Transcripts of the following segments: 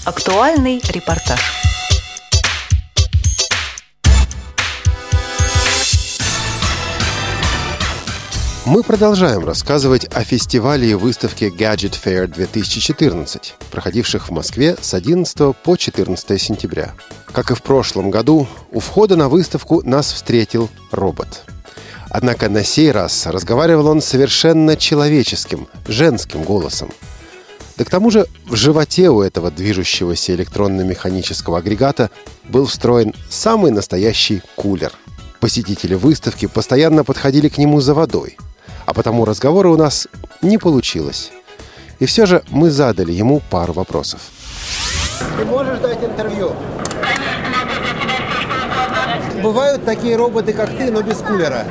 Актуальный репортаж. Мы продолжаем рассказывать о фестивале и выставке Gadget Fair 2014, проходивших в Москве с 11 по 14 сентября. Как и в прошлом году, у входа на выставку нас встретил робот. Однако на сей раз разговаривал он совершенно человеческим, женским голосом. Да к тому же в животе у этого движущегося электронно-механического агрегата был встроен самый настоящий кулер. Посетители выставки постоянно подходили к нему за водой, а потому разговора у нас не получилось. И все же мы задали ему пару вопросов. Ты можешь дать интервью? Бывают такие роботы, как ты, но без кулера.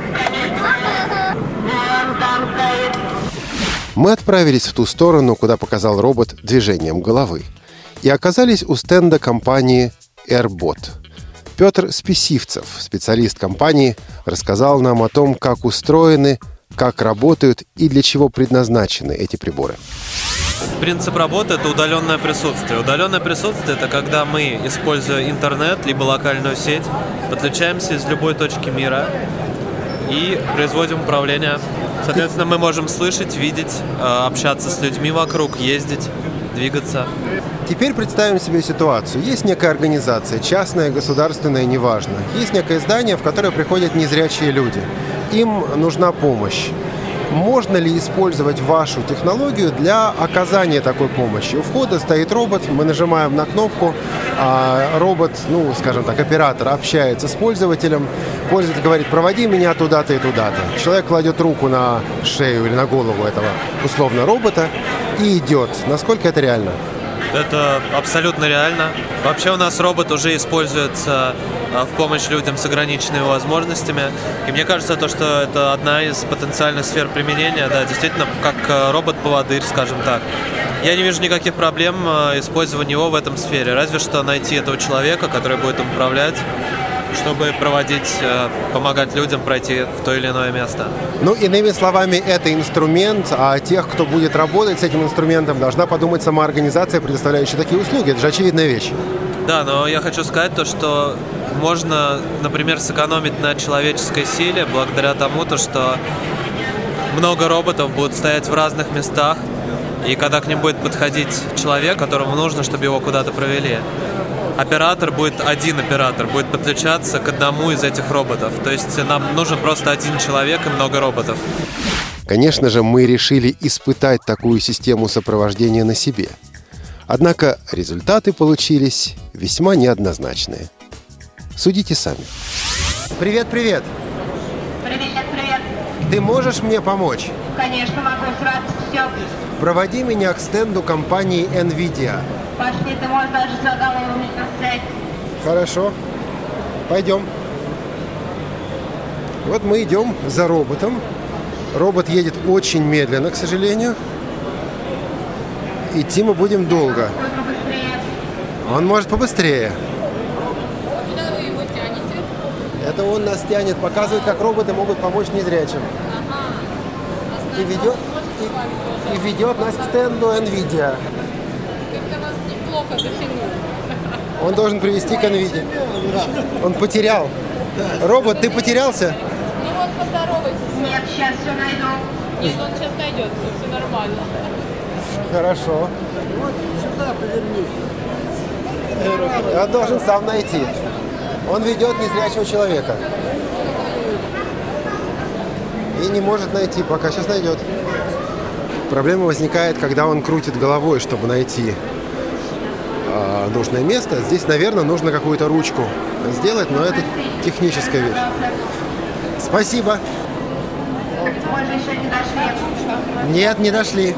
Мы отправились в ту сторону, куда показал робот движением головы, и оказались у стенда компании AirBot. Петр Списивцев, специалист компании, рассказал нам о том, как устроены, как работают и для чего предназначены эти приборы. Принцип работы – это удаленное присутствие. Удаленное присутствие – это когда мы, используя интернет, либо локальную сеть, подключаемся из любой точки мира и производим управление. Соответственно, мы можем слышать, видеть, общаться с людьми вокруг, ездить, двигаться. Теперь представим себе ситуацию. Есть некая организация, частная, государственная, неважно. Есть некое здание, в которое приходят незрячие люди. Им нужна помощь. Можно ли использовать вашу технологию для оказания такой помощи? У входа стоит робот, мы нажимаем на кнопку, а робот, оператор общается с пользователем. Пользователь говорит: проводи меня туда-то и туда-то. Человек кладет руку на шею или на голову этого условно робота и идет. Насколько это реально? Это абсолютно реально. Вообще у нас робот уже используется в помощь людям с ограниченными возможностями. И мне кажется, что это одна из потенциальных сфер применения, да, действительно, как робот-поводырь, скажем так. Я не вижу никаких проблем использования его в этом сфере, разве что найти этого человека, который будет им управлять, чтобы помогать людям пройти в то или иное место. Иными словами, это инструмент, а тех, кто будет работать с этим инструментом, должна подумать сама организация, предоставляющая такие услуги. Это же очевидная вещь. Да, но я хочу сказать что можно, например, сэкономить на человеческой силе благодаря тому, что много роботов будут стоять в разных местах, и когда к ним будет подходить человек, которому нужно, чтобы его куда-то провели, один оператор будет подключаться к одному из этих роботов. То есть нам нужен просто один человек и много роботов. Конечно же, мы решили испытать такую систему сопровождения на себе. Однако результаты получились весьма неоднозначные. Судите сами. Привет. Привет. Ты можешь мне помочь? Конечно, могу, с радостью. Проводи меня к стенду компании NVIDIA. Пошли, ты можешь даже за голову меня поставить. Хорошо. Пойдем. Вот мы идем за роботом. Робот едет очень медленно, к сожалению. Идти мы будем долго. Он может побыстрее. Куда вы его тянете? Это он нас тянет, показывает, как роботы могут помочь незрячим. Ага. И ведет нас к стенду NVIDIA. Как-то вас неплохо дотянул. Он должен привести к NVIDIA. Он потерял. Робот, ты потерялся? Поздоровайтесь. Нет, сейчас все найду. Нет, он сейчас найдет, все нормально. Хорошо. Вот сюда повернись. Он должен сам найти. Он ведет незрячего человека. И не может найти пока. Сейчас найдет. Проблема возникает, когда он крутит головой, чтобы найти нужное место. Здесь, наверное, нужно какую-то ручку сделать, но это техническая вещь. Спасибо. Мы же еще не дошли. Нет, не дошли.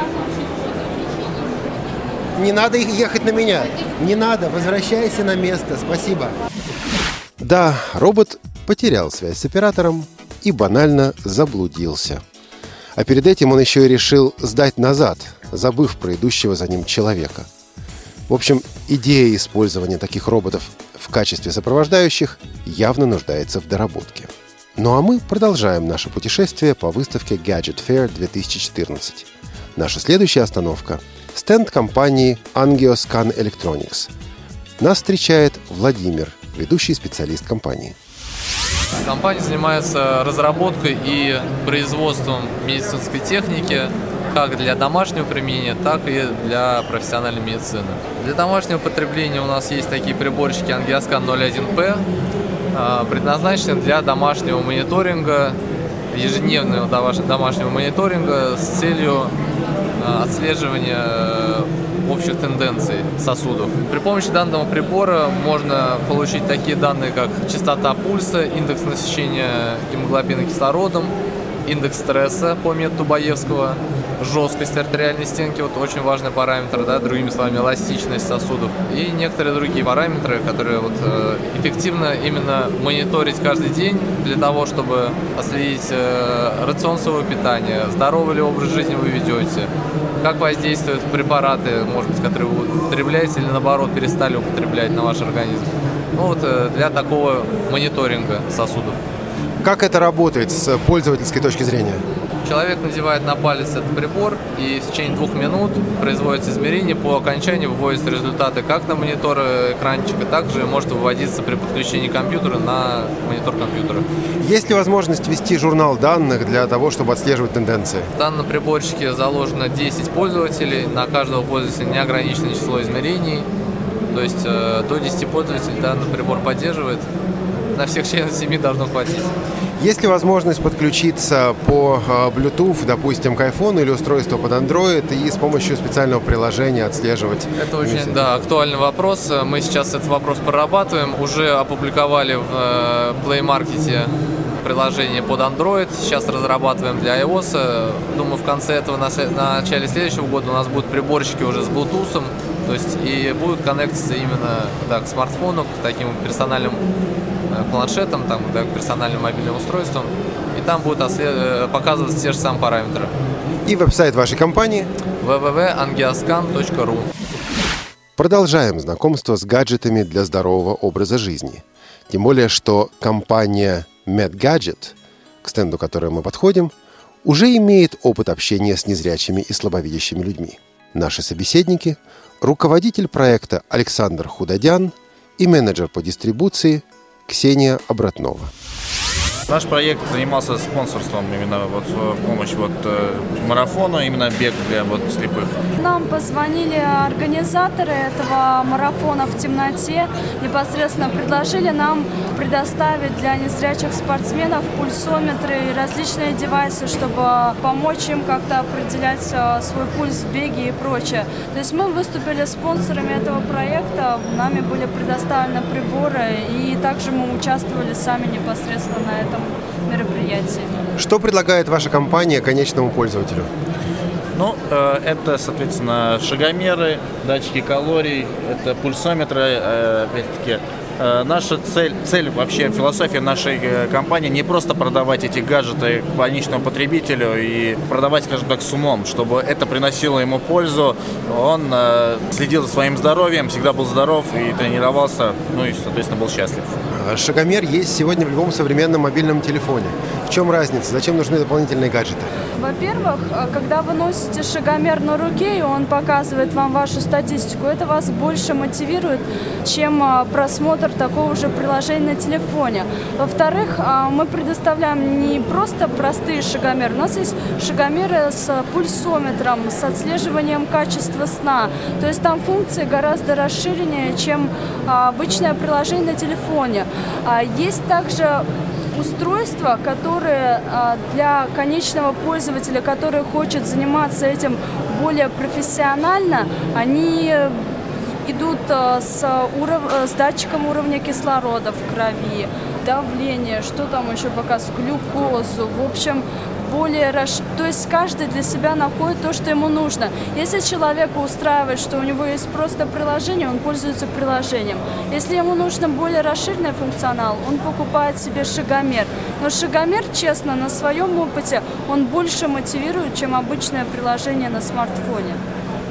Не надо ехать на меня. Не надо. Возвращайся на место. Спасибо. Да, робот потерял связь с оператором и банально заблудился. А перед этим он еще и решил сдать назад, забыв про идущего за ним человека. В общем, идея использования таких роботов в качестве сопровождающих явно нуждается в доработке. Ну а мы продолжаем наше путешествие по выставке Gadget Fair 2014. Наша следующая остановка стенд компании Angioscan Electronics. Нас встречает Владимир, ведущий специалист компании. Компания занимается разработкой и производством медицинской техники как для домашнего применения, так и для профессиональной медицины. Для домашнего потребления у нас есть такие приборчики Angioscan 01P, предназначены для домашнего мониторинга, ежедневного домашнего мониторинга с целью отслеживания общих тенденций сосудов. При помощи данного прибора можно получить такие данные, как частота пульса, индекс насыщения гемоглобина кислородом, индекс стресса по методу Баевского, жесткость артериальной стенки, вот очень важный параметр, да, другими словами, эластичность сосудов, и некоторые другие параметры, которые вот, эффективно именно мониторить каждый день для того, чтобы отследить рацион своего питания, здоровый ли образ жизни вы ведете, как воздействуют препараты, может быть, которые вы употребляете или наоборот перестали употреблять на ваш организм. Ну вот для такого мониторинга сосудов. Как это работает с пользовательской точки зрения? Человек надевает на палец этот прибор, и в течение 2 минут производится измерение. По окончании выводятся результаты как на монитор экранчика, так же может выводиться при подключении компьютера на монитор компьютера. Есть ли возможность вести журнал данных для того, чтобы отслеживать тенденции? В данном приборчике заложено 10 пользователей, на каждого пользователя неограниченное число измерений, то есть до 10 пользователей данный прибор поддерживает. На всех членов семьи должно хватить. Есть ли возможность подключиться по Bluetooth, допустим, к iPhone или устройству под Android и с помощью специального приложения отслеживать? Это очень актуальный вопрос. Мы сейчас этот вопрос прорабатываем. Уже опубликовали в Play Market приложение под Android. Сейчас разрабатываем для iOS. Думаю, в конце этого, на начале следующего года у нас будут приборчики уже с Bluetooth. То есть и будут коннектиться именно к смартфону, к таким персональным планшетам, к персональным мобильным устройствам. И там будут показываться те же самые параметры. И веб-сайт вашей компании www.angioscan.ru. Продолжаем знакомство с гаджетами для здорового образа жизни. Тем более, что компания MedGadget, к стенду которой мы подходим, уже имеет опыт общения с незрячими и слабовидящими людьми. Наши собеседники – руководитель проекта Александр Худодян и менеджер по дистрибуции Ксения Обратнова. Наш проект занимался спонсорством именно в помощь марафону, именно бег для слепых. Нам позвонили организаторы этого марафона в темноте, непосредственно предложили нам предоставить для незрячих спортсменов пульсометры и различные девайсы, чтобы помочь им как-то определять свой пульс в беге и прочее. То есть мы выступили спонсорами этого проекта, нами были предоставлены приборы, и также мы участвовали сами непосредственно на этом мероприятии. Что предлагает ваша компания конечному пользователю? Это, соответственно, шагомеры, датчики калорий, это пульсометры, опять-таки. Наша цель, вообще философия нашей компании не просто продавать эти гаджеты конечному потребителю и продавать, скажем так, с умом, чтобы это приносило ему пользу. Он следил за своим здоровьем, всегда был здоров и тренировался, и, соответственно, был счастлив. Шагомер есть сегодня в любом современном мобильном телефоне. В чем разница? Зачем нужны дополнительные гаджеты? Во-первых, когда вы носите шагомер на руке, и он показывает вам вашу статистику, это вас больше мотивирует, чем просмотр такого же приложения на телефоне. Во-вторых, мы предоставляем не просто простые шагомеры. У нас есть шагомеры с пульсометром, с отслеживанием качества сна. То есть там функции гораздо расширеннее, чем обычное приложение на телефоне. Есть также устройства, которые для конечного пользователя, который хочет заниматься более профессионально, они идут с датчиком уровня кислорода в крови, давление, что там еще показывают, глюкозу, в общем, то есть каждый для себя находит то, что ему нужно. Если человеку устраивает, что у него есть просто приложение, он пользуется приложением. Если ему нужно более расширенный функционал, он покупает себе шагомер. Но шагомер, честно, на своем опыте, он больше мотивирует, чем обычное приложение на смартфоне.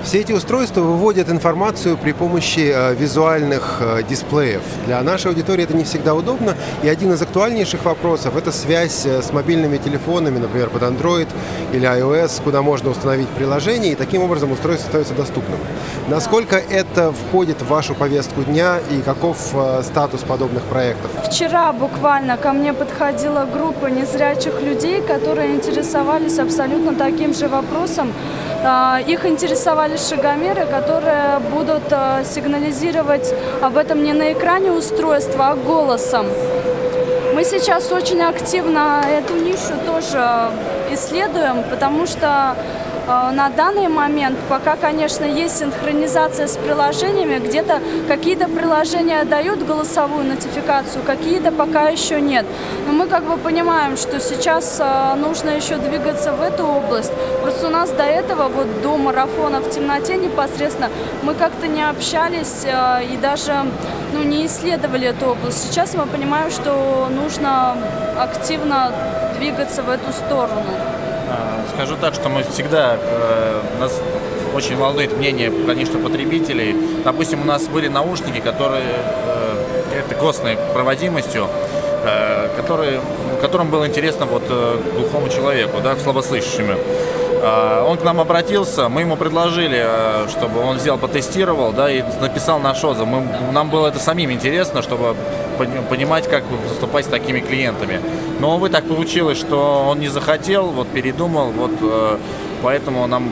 Все эти устройства выводят информацию при помощи визуальных дисплеев. Для нашей аудитории это не всегда удобно, и один из актуальнейших вопросов – это связь с мобильными телефонами, например, под Android или iOS, куда можно установить приложение, и таким образом устройство становится доступным. Насколько это входит в вашу повестку дня и каков статус подобных проектов? Вчера буквально ко мне подходила группа незрячих людей, которые интересовались абсолютно таким же вопросом. Их интересовали шагомеры, которые будут сигнализировать об этом не на экране устройства, а голосом. Мы сейчас очень активно эту нишу тоже исследуем, потому что на данный момент, пока, конечно, есть синхронизация с приложениями, где-то какие-то приложения дают голосовую нотификацию, какие-то пока еще нет. Но мы как бы понимаем, что сейчас нужно еще двигаться в эту область. Просто у нас до этого, вот до марафона в темноте непосредственно, мы как-то не общались и даже не исследовали эту область. Сейчас мы понимаем, что нужно активно двигаться в эту сторону. Скажу так, что мы всегда, нас очень волнует мнение, конечно, потребителей. Допустим, у нас были наушники, которые это костной проводимостью, которым было интересно вот глухому человеку, да, слабослышащему. Он к нам обратился, мы ему предложили, чтобы он взял, потестировал, да, и написал наш отзыв. Нам было это самим интересно, чтобы понимать, как поступать с такими клиентами. Но, увы, так получилось, что он не захотел, вот передумал, вот поэтому нам,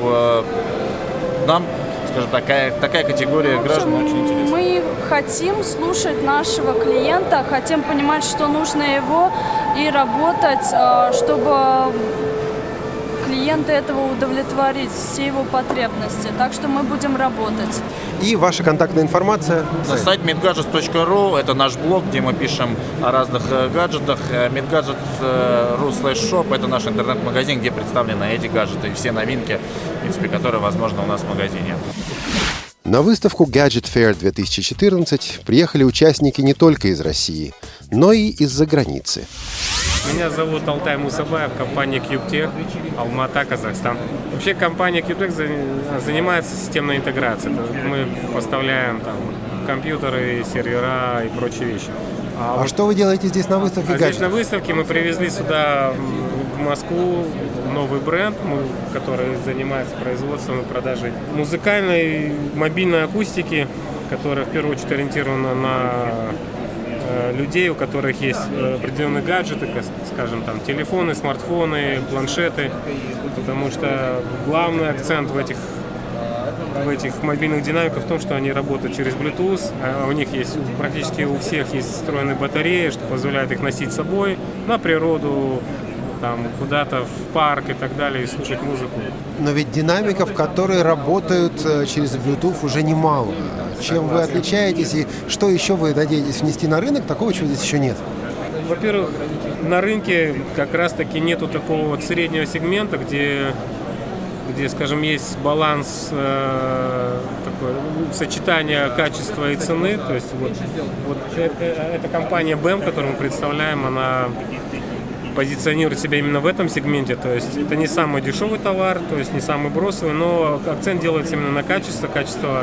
скажем, такая категория граждан очень интересна. Мы хотим слушать нашего клиента, хотим понимать, что нужно его, и работать, чтобы клиента этого удовлетворить, все его потребности. Так что мы будем работать. И ваша контактная информация? На сайте medgadgets.ru, это наш блог, где мы пишем о разных гаджетах. medgadgets.ru/shop, это наш интернет-магазин, где представлены эти гаджеты и все новинки, в принципе, которые возможны у нас в магазине. На выставку Gadget Fair 2014 приехали участники не только из России, но и из-за границы. Меня зовут Алтай Мусабаев, компания CubeTech, Алмата, Казахстан. Вообще компания CubeTech занимается системной интеграцией. Мы поставляем там компьютеры, сервера и прочие вещи. А что вы делаете здесь на выставке? Здесь на выставке мы привезли сюда в Москву новый бренд, который занимается производством и продажей музыкальной мобильной акустики, которая в первую очередь ориентирована на людей, у которых есть определенные гаджеты, скажем, там телефоны, смартфоны, планшеты, потому что главный акцент в этих мобильных динамиках в том, что они работают через Bluetooth, а у них есть, практически у всех есть встроенные батареи, что позволяет их носить с собой на природу, там, куда-то в парк и так далее, и слушать музыку. Но ведь динамиков, которые работают через Bluetooth, уже немало. Чем вы отличаетесь и что еще вы надеетесь внести на рынок, такого, чего здесь еще нет? Во-первых, на рынке как раз-таки нету такого вот среднего сегмента, где, скажем, есть баланс, такое сочетание качества и цены. То есть вот эта компания BEM, которую мы представляем, она позиционирует себя именно в этом сегменте. То есть это не самый дешевый товар, то есть не самый бросовый, но акцент делается именно на качество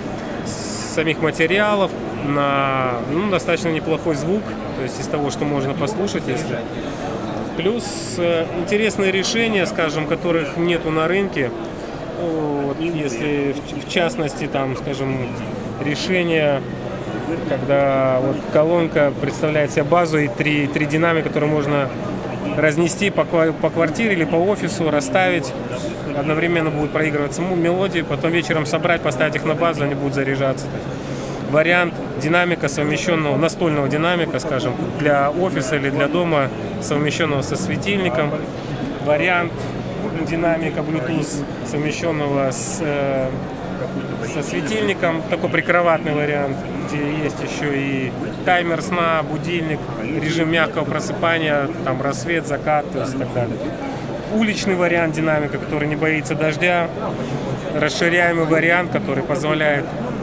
самих материалов, на достаточно неплохой звук, то есть из того, что можно послушать, если. Плюс интересные решения, скажем, которых нету на рынке. Вот, если в частности, там, скажем, решение, когда вот колонка представляет себе базу и три динамика, которые можно разнести по квартире или по офису, расставить. Одновременно будут проигрываться мелодии, потом вечером собрать, поставить их на базу, они будут заряжаться. Вариант динамика совмещенного, настольного динамика, скажем, для офиса или для дома, совмещенного со светильником. Вариант динамика Bluetooth, совмещенного со светильником, такой прикроватный вариант, где есть еще и таймер сна, будильник, режим мягкого просыпания, там рассвет, закат, то есть и так далее. Уличный вариант динамика, который не боится дождя, расширяемый вариант, который позволяет,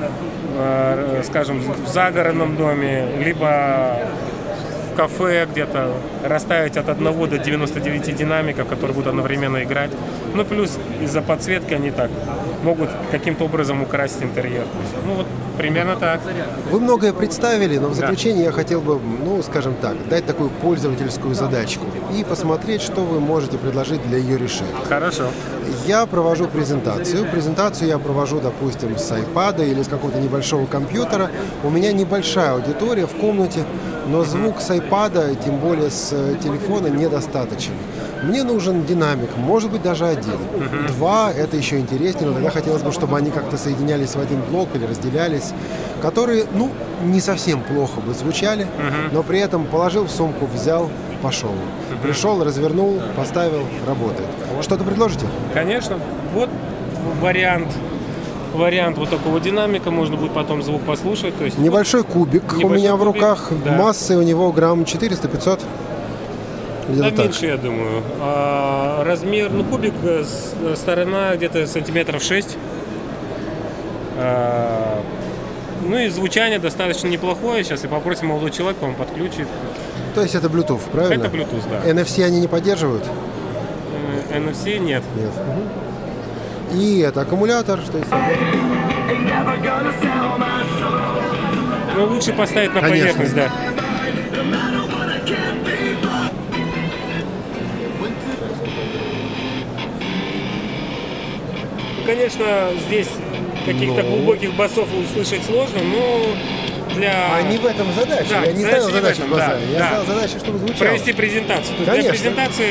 скажем, в загородном доме, либо в кафе где-то расставить от 1 до 99 динамиков, которые будут одновременно играть. Ну, плюс из-за подсветки они так могут каким-то образом украсить интерьер. Ну вот примерно так. Вы многое представили, но в заключение я хотел бы, ну, скажем так, дать такую пользовательскую задачку и посмотреть, что вы можете предложить для ее решения. Хорошо. Я провожу презентацию. Презентацию я провожу, допустим, с iPad или с какого-то небольшого компьютера. У меня небольшая аудитория в комнате, но звук с iPad, тем более с телефона, недостаточен. Мне нужен динамик, может быть, даже один. Два – это еще интереснее, но тогда хотелось бы, чтобы они как-то соединялись в один блок или разделялись, которые, ну, не совсем плохо бы звучали, но при этом положил в сумку, взял, пошел. Пришел, развернул, поставил, работает. Что-то предложите? Конечно. Вот вариант вот такого динамика, можно будет потом звук послушать. То есть небольшой кубик у меня в руках, да. Массы у него грамм 400-500. Да, меньше, я думаю. Размер, ну, кубик, сторона где-то сантиметров 6. Ну и звучание достаточно неплохое. Сейчас я попросим молодого человека, он подключит. То есть это Bluetooth, правильно? Это Bluetooth, да. NFC они не поддерживают? NFC нет. Нет. И это аккумулятор, что есть. Ну, лучше поставить на поверхность, да. Конечно, здесь каких-то глубоких басов услышать сложно, но для... А не в этом задача. Да, я не ставил задачу в глаза. Да, я ставил задачу, чтобы звучало. Провести презентацию. То есть для презентации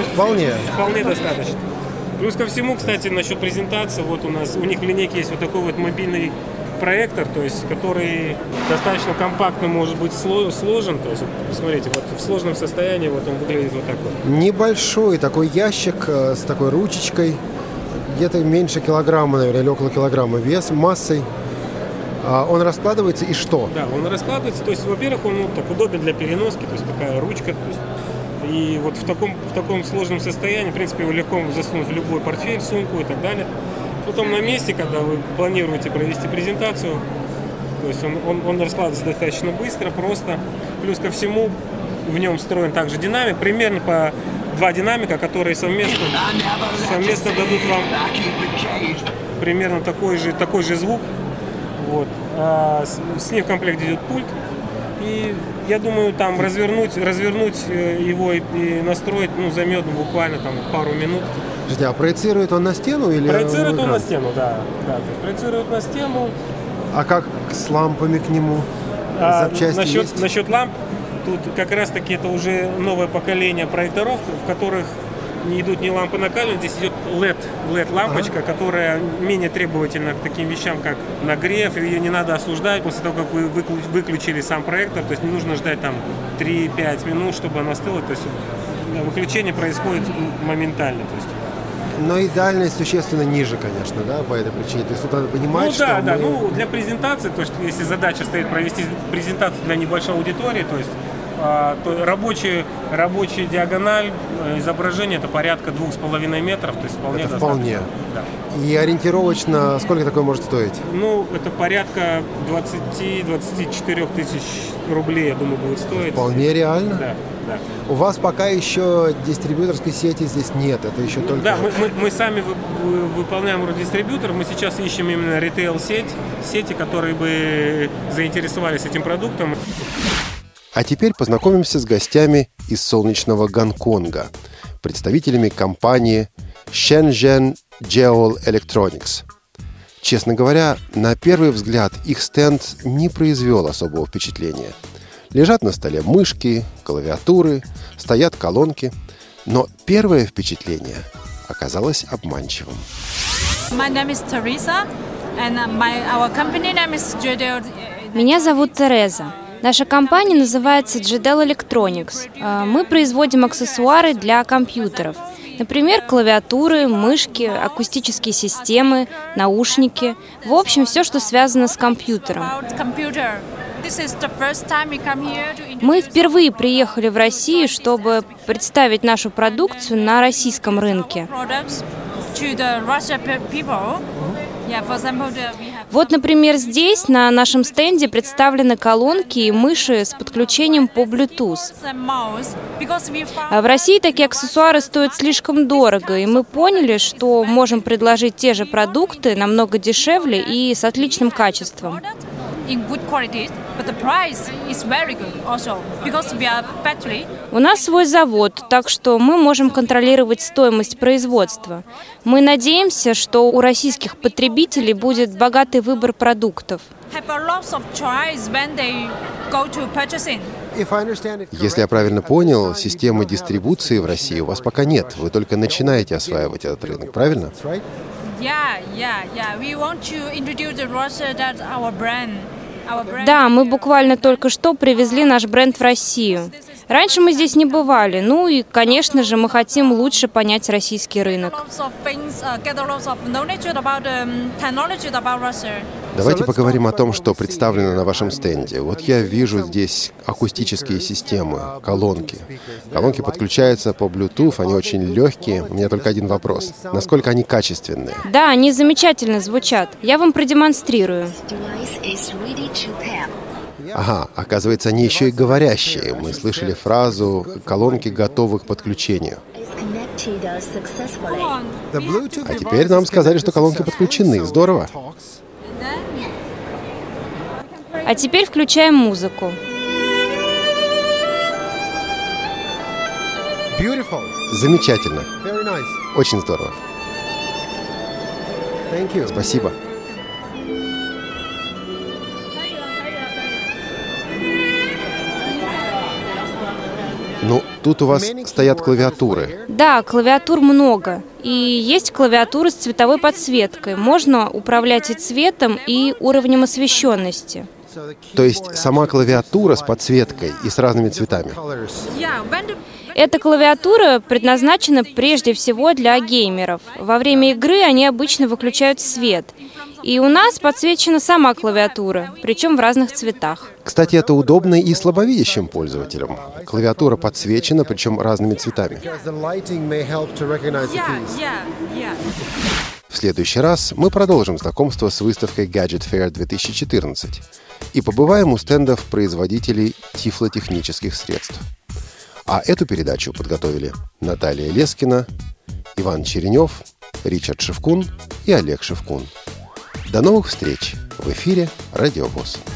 вполне достаточно. Плюс ко всему, кстати, насчет презентации, вот у них в линейке есть вот такой вот мобильный проектор, то есть, который достаточно компактно может быть сложен. То есть, посмотрите, вот в сложном состоянии вот он выглядит вот так вот. Небольшой такой ящик с такой ручечкой, где-то меньше килограмма, наверное, или около килограмма вес, массой. Он раскладывается и что? Да, он раскладывается, то есть, во-первых, он так удобен для переноски, то есть такая ручка, то есть, и вот в таком сложном состоянии, в принципе, его легко засунуть в любой портфель, сумку и так далее. Потом на месте, когда вы планируете провести презентацию, то есть он раскладывается достаточно быстро, просто. Плюс ко всему в нем встроен также динамик, примерно по 2 динамика, которые совместно дадут вам примерно такой же звук. Вот. С ним в комплекте идет пульт. И я думаю, там развернуть его и настроить, займет буквально там пару минут. Подожди, а проецирует он на стену или? Проецирует он на стену, да. Проецирует на стену. А как с лампами к нему? Запчасти насчет ламп, тут как раз таки это уже новое поколение проекторов, в которых не идут ни лампы накаливания, здесь идет LED-лампочка, которая менее требовательна к таким вещам, как нагрев, ее не надо остуждать после того, как вы выключили сам проектор, то есть не нужно ждать там 3-5 минут, чтобы она остыла, то есть выключение происходит моментально. То есть. Но и дальность существенно ниже, конечно, да, по этой причине. То есть тут надо понимать, что для презентации, то есть если задача стоит провести презентацию для небольшой аудитории, то есть то рабочая диагональ изображения это порядка 2,5 метров, то есть вполне достаточно. Вполне. Да. И ориентировочно сколько такое может стоить? Это порядка 20-24 тысяч рублей, я думаю, будет стоить. Вполне реально? Да. У вас пока еще дистрибьюторской сети здесь нет, это еще только... Да, мы сами выполняем роль дистрибьютора, мы сейчас ищем именно ритейл-сети, которые бы заинтересовались этим продуктом. А теперь познакомимся с гостями из солнечного Гонконга, представителями компании Shenzhen Geol Electronics. Честно говоря, на первый взгляд их стенд не произвел особого впечатления. Лежат на столе мышки, клавиатуры, стоят колонки. Но первое впечатление оказалось обманчивым. Меня зовут Тереза. Наша компания называется Geol Electronics. Мы производим аксессуары для компьютеров. Например, клавиатуры, мышки, акустические системы, наушники. В общем, все, что связано с компьютером. Мы впервые приехали в Россию, чтобы представить нашу продукцию на российском рынке. Вот, например, здесь на нашем стенде представлены колонки и мыши с подключением по Bluetooth. В России такие аксессуары стоят слишком дорого, и мы поняли, что можем предложить те же продукты намного дешевле и с отличным качеством. У нас свой завод, так что мы можем контролировать стоимость производства. Мы надеемся, что у российских потребителей будет богатый выбор продуктов. Если я правильно понял, системы дистрибуции в России у вас пока нет. Вы только начинаете осваивать этот рынок, правильно? Да, мы буквально только что привезли наш бренд в Россию. Раньше мы здесь не бывали, ну и, конечно же, мы хотим лучше понять российский рынок. Давайте поговорим о том, что представлено на вашем стенде. Вот я вижу здесь акустические системы, колонки. Колонки подключаются по Bluetooth, они очень легкие. У меня только один вопрос. Насколько они качественные? Да, они замечательно звучат. Я вам продемонстрирую. Ага, оказывается, они еще и говорящие. Мы слышали фразу «колонки готовы к подключению». А теперь нам сказали, что колонки подключены. Здорово. А теперь включаем музыку. Замечательно. Очень здорово. Спасибо. Ну, тут у вас стоят клавиатуры. Да, клавиатур много. И есть клавиатуры с цветовой подсветкой. Можно управлять и цветом, и уровнем освещенности. То есть сама клавиатура с подсветкой и с разными цветами. Эта клавиатура предназначена прежде всего для геймеров. Во время игры они обычно выключают свет. И у нас подсвечена сама клавиатура, причем в разных цветах. Кстати, это удобно и слабовидящим пользователям. Клавиатура подсвечена, причем разными цветами. В следующий раз мы продолжим знакомство с выставкой Gadget Fair 2014 и побываем у стендов производителей тифлотехнических средств. А эту передачу подготовили Наталья Лескина, Иван Черенев, Ричард Шевкун и Олег Шевкун. До новых встреч в эфире Радио ВОС.